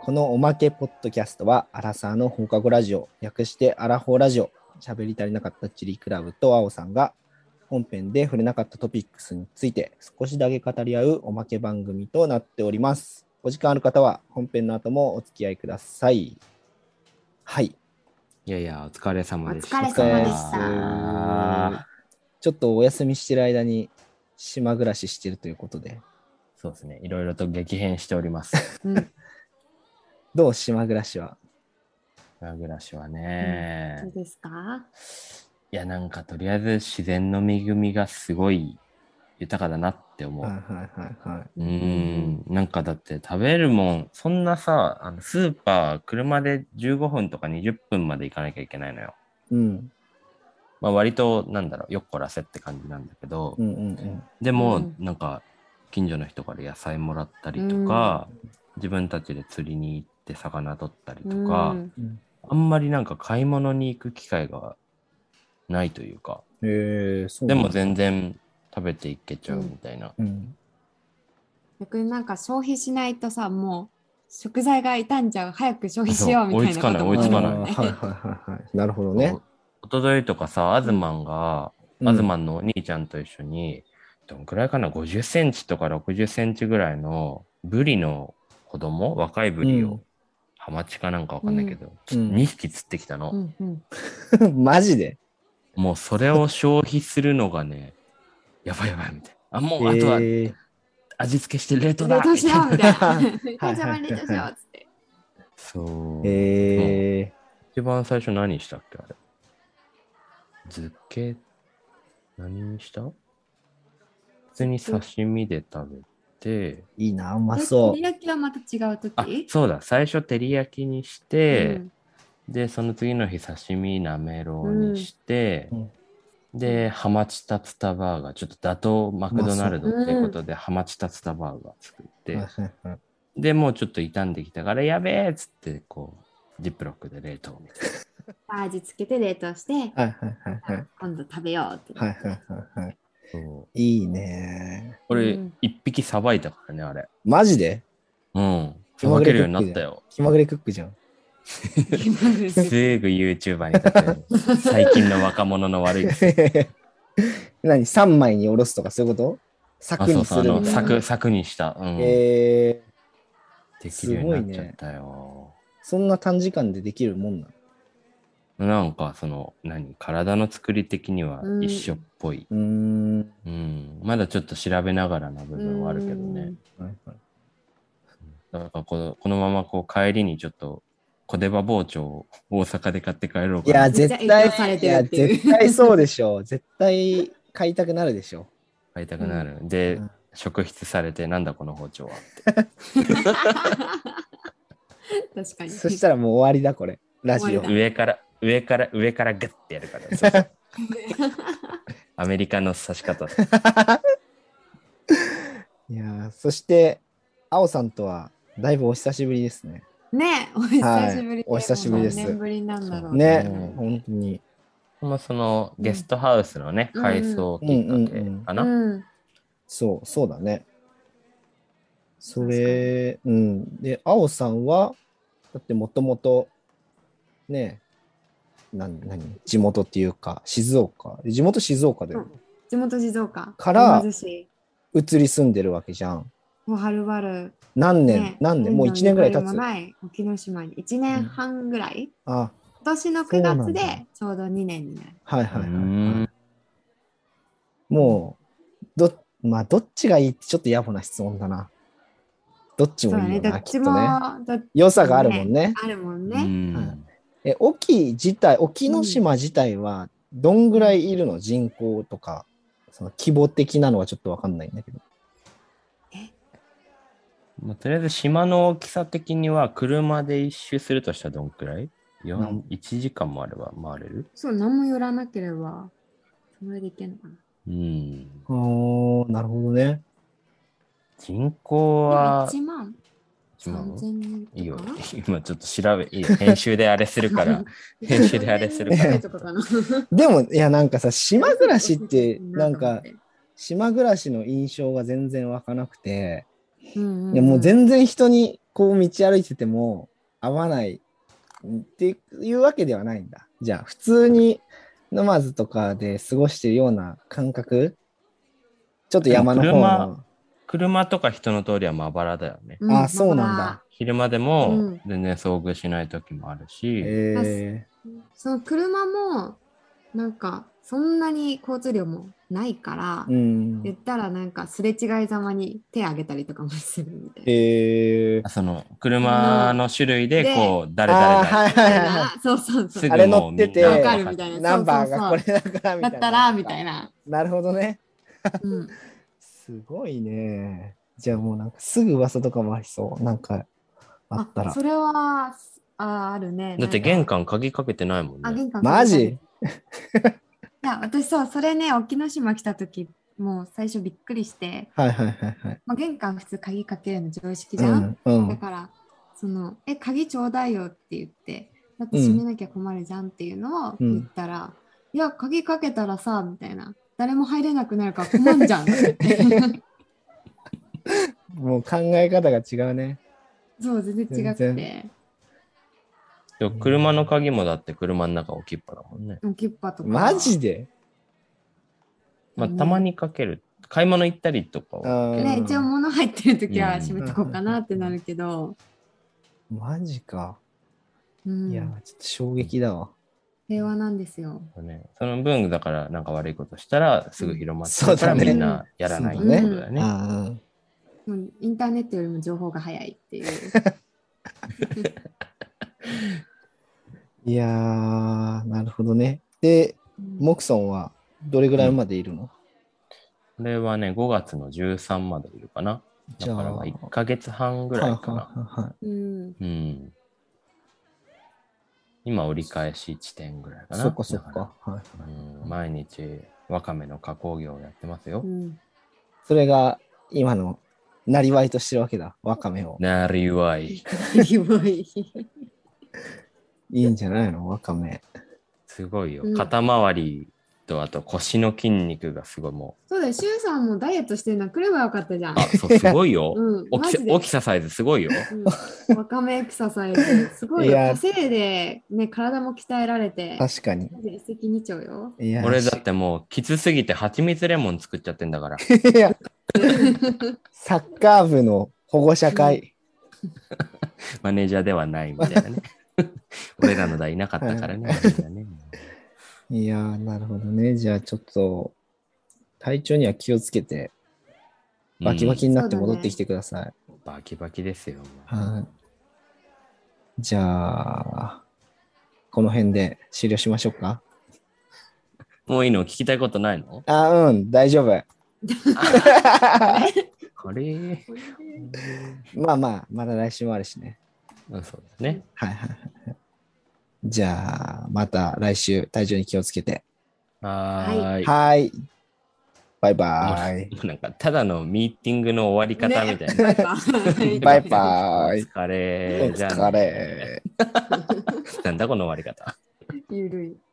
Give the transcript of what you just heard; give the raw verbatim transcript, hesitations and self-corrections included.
このおまけポッドキャストはアラサーの放課後ラジオ、略してアラフォーラジオ、喋り足りなかったチリクラブと青さんが本編で触れなかったトピックスについて少しだけ語り合うおまけ番組となっております。お時間ある方は本編の後もお付き合いください。はい。 いやいや、お疲れ様でした。 お疲れ様でした。 ちょっとお休みしてる間に島暮らししてるということで。 そうですね。いろいろと激変しております。 うん、 どう島暮らしは？ 島暮らしはね、 うん、どうですか？ いや、なんかとりあえず自然の恵みがすごい豊かだなって思う。 はいはいはいはい。 うーん、なんかだって食べるもん、そんなさ、あのスーパー車でじゅうごふんとかにじゅっぷんまで行かなきゃいけないのよ。 うん。 まあ割となんだろう、よっこらせって感じなんだけど、 うんうんうん、 でも、 うん、 なんか近所の人から野菜もらったりとか、うん、自分たちで釣りに行って魚取ったりとか、うん、あんまりなんか買い物に行く機会がないというか、 へー、そうでも全然食べていけちゃうみたいな。 うんうん、 逆になんか消費しないとさ、もう食材が傷んじゃう、早く消費しようみたいなことも追いつかない追いつかない、 はいはいはいはい、なるほどね。 おとといとかさ、アズマンが、うん、アズマンのお兄ちゃんと一緒に、どんくらいかな、ごじゅっセンチとかろくじゅっセンチぐらいのブリの子供、若いブリを、うん、ハマチかなんかわかんないけど、うん、にひき釣ってきたの。 うんうん、 マジで？ もうそれを消費するのがね、やばいやばいみたいな。あ、もうあとは味付けして冷凍だ冷凍しようみたいな。冷凍しよう冷凍しようっつって。 そう。 えー、 一番最初何したっけあれ。漬け、何にした普通に刺身で食べて。 いいな、うまそう。 照り焼きはまた違うとき？ あ、そうだ。最初照り焼きにして、うんで、その次の日刺身なめろうにして、うん、で、ハマチタツタバーガー、ちょっと打倒マクドナルドっていうことで、ハマチタツタバーガー作って、で、もうちょっと傷んできたから、やべえっつって、こう、ジップロックで冷凍みたいな。味付けて冷凍して、はいはいはいはい、 今度食べようって。 はいはいはいはい。そういいね。 これ、一匹さばいたからね、あれ。 マジで？ うん。さばけるようになったよ。 気まぐれクックじゃん。 すぐ YouTuber に立てる。最近の若者の悪い癖。 何 ?さん 枚におろすとかそういうこと？柵にするみたいな。 そうそう、柵、柵にした。うん、 えー、できるようになっちゃったよ、 ね。そんな短時間でできるもんなの？なんか、その、何体の作り的には一緒っぽい。 うん。 うん。まだちょっと調べながらな部分はあるけどね。はいはい、だからこの、このままこう帰りにちょっと、小出刃包丁を大阪で買って帰ろうかな。 いや、絶対、いや、絶対そうでしょ。絶対買いたくなるでしょ。 買いたくなる。うん、で、うん、職質されて、なんだこの包丁はって。 確かに。 そしたらもう終わりだ、これ。ラジオ。 上から、上から、上からグッてやるから。そうそうアメリカの刺し方。 いや、そして、青さんとはだいぶお久しぶりですね。 ね、お久しぶり、はい、 お久しぶりです。 何年ぶりなんだろうね。 ね、本当に。 まあ、そのゲストハウスのね、うん、改装きっかけかな、うんうんうん。 そう、そうだね。それ、うん。で、青さんは、だってもともと、ね、何、何、地元っていうか、静岡。地元静岡で、うん。 地元静岡。 から、移り住んでるわけじゃん。 もうはるばる何年、ね、何年もういちねんぐらい経つ。 ない沖ノ島にいちねんはんぐらい、うん、あ今年のくがつでちょうどにねんになる。 はいはいはい、はい、もうどまあどっちがいいってちょっと野暮な質問だな。どっちもいいよな、 ね、どっちも、 ね、良さがあるもんね。 あるもんね。 はい、え沖自体沖ノ島自体はどんぐらいいるの、うん、人口とかその規模的なのはちょっと分かんないんだけど。 まあ、とりあえず島の大きさ的には車で一周するとしたらどんくらい？いちじかんもあれば回れる？ そう、何も寄らなければそれでいけんのかな。 うん。 おー、なるほどね。 人口はいちまんさんぜんにんとか。 いいよ。今ちょっと調べ、いいよ。編集であれするから。編集であれするから。 でも、いや、なんかさ、島暮らしって、なんか、島暮らしの印象が全然湧かなくて、うんうんうん、いやもう全然人にこう道歩いてても合わないっていうわけではないんだ。じゃあ普通に沼津とかで過ごしてるような感覚、ちょっと山の方の。 車とか人の通りはまばらだよね。 うん、 あ、そうなんだ。 昼間でも全然遭遇しない時もあるし、 えー、 その車もなんかそんなに交通量もないから、 うん、 言ったらなんかすれ違いざまに手挙げたりとかもするみたいな。 えー、 その車の種類でこう誰あー、 々だはいはいはいはい。 そうそうそう。 あれ乗っててわかるみたいな。 ナンバーがこれだからみたいな。 だったらみたいな。 なるほどね。 うん、 すごいね。じゃあもうなんかすぐ噂とかもありそう。なんかあったら。 あ、それはああるね。 だって玄関鍵かけてないもんね。 あ、玄関マジ？ いや、私そう、それね、沖ノ島来た時、もう最初びっくりして、 はいはいはいはい。 まあ、玄関普通鍵かけるの常識じゃん、 うんうん、 だから、その、え、鍵ちょうだいよって言って、だって閉めなきゃ困るじゃんっていうのを言ったら、うん、いや、鍵かけたらさ、みたいな、誰も入れなくなるから困んじゃんって。 もう考え方が違うね。 そう、全然違くて。 でも車の鍵もだって車の中置きっぱだもんね。 置きっぱとか。 マジで？ まあ、たまにかける。買い物行ったりとかは。 ね、一応物入ってるときは閉めとこうかなってなるけど。 マジか。 うん、 いや、ちょっと衝撃だわ。 平和なんですよ。 ね、その分だからなんか悪いことしたらすぐ広まってるからみんなやらないってことだよね。 もうインターネットよりも情報が早いっていう。 いやー、なるほどね。で、モクソンはどれぐらいまでいるの？ これはね、ごがつのじゅうさんまでいるかな。だからまあいっかげつはんぐらいかな。はははうん、今折り返し地点ぐらいかな。 そっかそっか。はい、 うん、毎日わかめの加工業をやってますよ。うん、 それが今のなりわいとしてるわけだ、わかめを。 なりわい。 なりわい。 いいんじゃないの、わかめ。 すごいよ。肩周りとあと腰の筋肉がすごいもう。そうだよ、シュウさんもダイエットしてるの来ればよかったじゃん。 あ、そう、すごいよ。 うん、 オキオキササイズすごいよ。 うん、わかめエクササイズ。すごいよ。稼いで、ね、体も鍛えられて。 確かに。 一石二鳥よ。 いや俺だってもうきつすぎて蜂蜜レモン作っちゃってんだから。 いやサッカー部の保護者会。 マネージャーではないみたいなね。俺らの代いなかったからね。ねいやー、なるほどね。じゃあちょっと体調には気をつけて、バキバキになって戻ってきてください。 うん、バキバキですよ。 はい。じゃあ、この辺で終了しましょうか。 もういいの？聞きたいことないの？ あ、うん、大丈夫。 あれまあまあ、まだ来週もあるしね。 うん、そうですね。 はいはいはい。じゃあ、また来週、体調に気をつけて。 はーい。 はい。バイバイ。 もうなんか、ただのミーティングの終わり方みたいな。 ね、バイバイ。 お疲れ。 お疲れ。 なんだこの終わり方。 ゆるい。